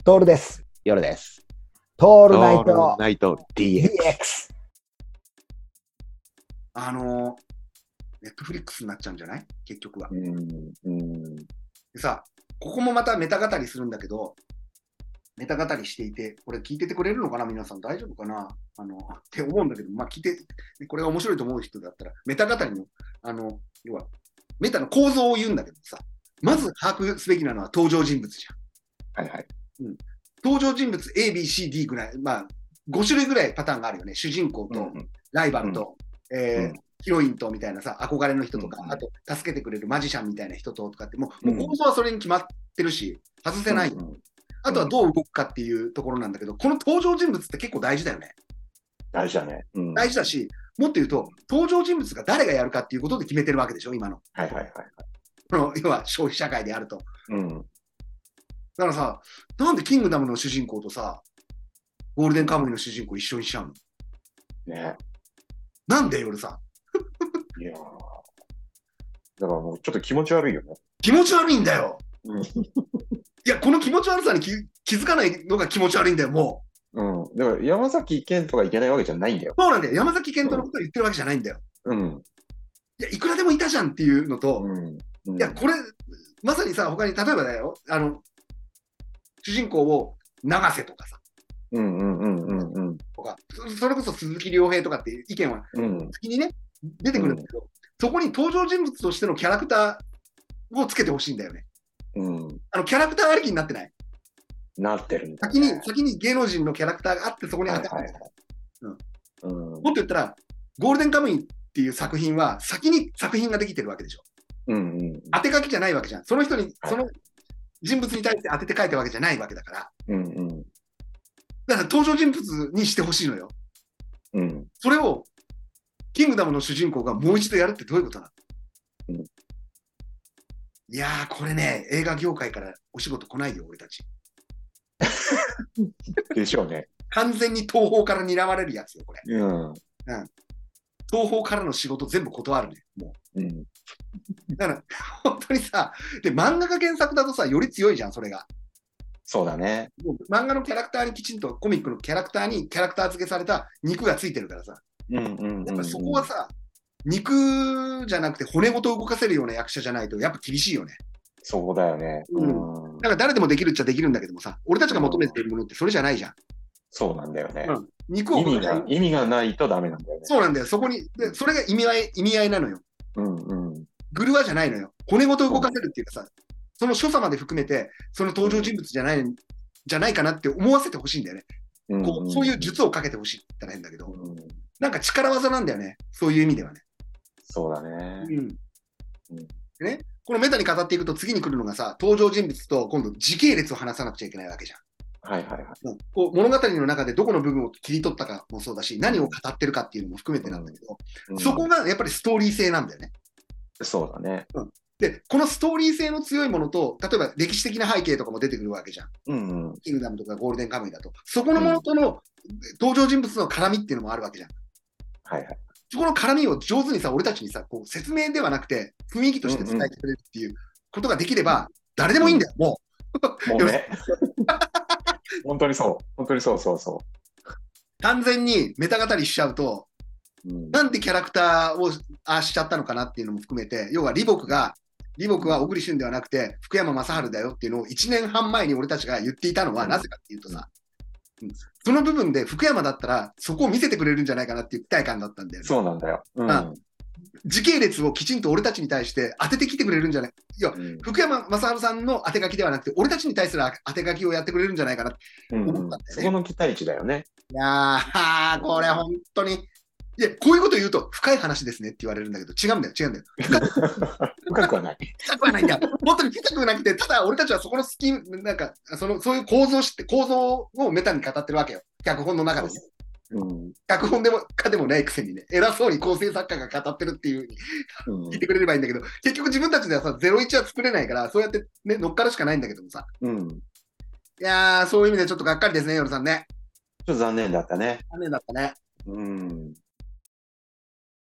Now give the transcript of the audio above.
トールです。 夜です。 トールナイオールトナイト DX。 DX。 あの、ネットフリックスになっちゃうんじゃない結局は。でさ、ここもまたメタ語りするんだけど、メタ語りしていて、これ聞いててくれるのかな皆さん大丈夫かなって思うんだけど、まあ聞いて、これが面白いと思う人だったら、メタ語りの、要は、メタの構造を言うんだけどさ、まず把握すべきなのは登場人物じはいはい。 ゃん。登場人物 A、B、C、D ぐらい、まあ、5種類ぐらいパターンがあるよね。主人公と、ライバルと、ヒロインとみたいなさ、憧れの人とか、あと、助けてくれるマジシャンみたいな人ととかって、もう構造はそれに決まってるし、外せない。あとはどう動くかっていうところなんだけど、この登場人物って結構大事だよね。 大事だね。 大事だし、もっと言うと、登場人物が誰がやるかっていうことで決めてるわけでしょ、今の。 はいはいはい。 この要は消費社会であると。 だからさ、なんでキングダムの主人公とさ、ゴールデンカムイの主人公一緒にしちゃうのね。 なんで夜さ。 いやー。だからもうちょっと気持ち悪いよね。 気持ち悪いんだよ。いや、この気持ち悪さに気づかないのが気持ち悪いんだよ、もう。だから山崎賢人がいけないわけじゃないんだよ。 そうなんだよ。山崎賢人のことを言ってるわけじゃないんだよ。いや、いくらでもいたじゃんっていうのと、いや、これ、まさにさ、他に、例えばだよ、主人公を永瀬とかさ、とか、それこそ鈴木亮平とかっていう意見は、先にね、出てくるんだけど、そこに登場人物としてのキャラクターをつけてほしいんだよね。キャラクターありきになってない。 なってるんだ、 ね。先に芸能人のキャラクターがあって、そこに当たってもっと言ったら、ゴールデンカムイっていう作品は、先に作品ができてるわけでしょ。当て書きじゃないわけじゃん。その人に、その人物に対して当てて書いたわけじゃないわけだから。だから登場人物にしてほしいのよ。それを、キングダムの主人公がもう一度やるってどういうことなの？いやー、これね、映画業界からお仕事来ないよ、俺たち。 でしょうね。 完全に東宝から睨まれるやつよ、これ。東宝からの仕事全部断るね、もう。だから、本当にさ、で、漫画が原作だとさ、より強いじゃん、それが。 そうだね。 漫画のキャラクターにきちんと、コミックのキャラクターにキャラクター付けされた肉がついてるからさ。やっぱそこはさ、肉じゃなくて骨ごと動かせるような役者じゃないと、やっぱ厳しいよね。 そうだよね。 だから誰でもできるっちゃできるんだけどもさ、俺たちが求めているものってそれじゃないじゃん。 そうなんだよね。 肉を意味がないとダメなんだよね。 そうなんだよ。そこに、でそれが意味合いなのよ。グルワじゃないのよ。骨ごと動かせるっていうかさ、その所作まで含めて、その登場人物じゃないかなって思わせてほしいんだよね。そういう術をかけてほしいって言ったら変だけど、なんか力技なんだよね。そういう意味ではね。 そうだね。 でね、このメタに語っていくと次に来るのがさ、登場人物と今度時系列を話さなくちゃいけないわけじゃん。こう物語の中でどこの部分を切り取ったかもそうだし、何を語ってるかっていうのも含めてなんだけど、そこがやっぱりストーリー性なんだよね。 そうだね。 で、このストーリー性の強いものと、例えば歴史的な背景とかも出てくるわけじゃん。キングダムとかゴールデンカムイだと。そこのものとの登場人物の絡みっていうのもあるわけじゃん。そこの絡みを上手にさ、俺たちにさ、こう説明ではなくて、雰囲気として伝えてくれるっていうことができれば、誰でもいいんだよ、もう。もうね。本当にそう。本当にそう。 完全にメタ語りしちゃうと、なんでキャラクターをしちゃったのかなっていうのも含めて、要は李牧は小栗旬ではなくて福山雅治だよっていうのを1年半前に俺たちが言っていたのはなぜかっていうとさ、その部分で福山だったらそこを見せてくれるんじゃないかなっていう期待感だったんだよね。 そうなんだよ。 時系列をきちんと俺たちに対して当ててきてくれるんじゃない。いや、福山雅治さんの当て書きではなくて、俺たちに対する当て書きをやってくれるんじゃないかなって思ったんだよね。 そこの期待値だよね。 いやー、これ本当に。いや、こういうこと言うと深い話ですねって言われるんだけど、違うんだよ。 深くはない。 深くはないんだよ。本当に深くなくて、ただ俺たちはそこのなんか、そういう構造をメタに語ってるわけよ。脚本の中でね。脚本でもないくせにね、偉そうに構成作家が語ってるっていう風に聞いてくれればいいんだけど、結局自分たちではさ、01は作れないから、そうやってね、乗っかるしかないんだけどもさ。いやー、そういう意味でちょっとがっかりですね、夜さんね。 ちょっと残念だったね。 残念だったね。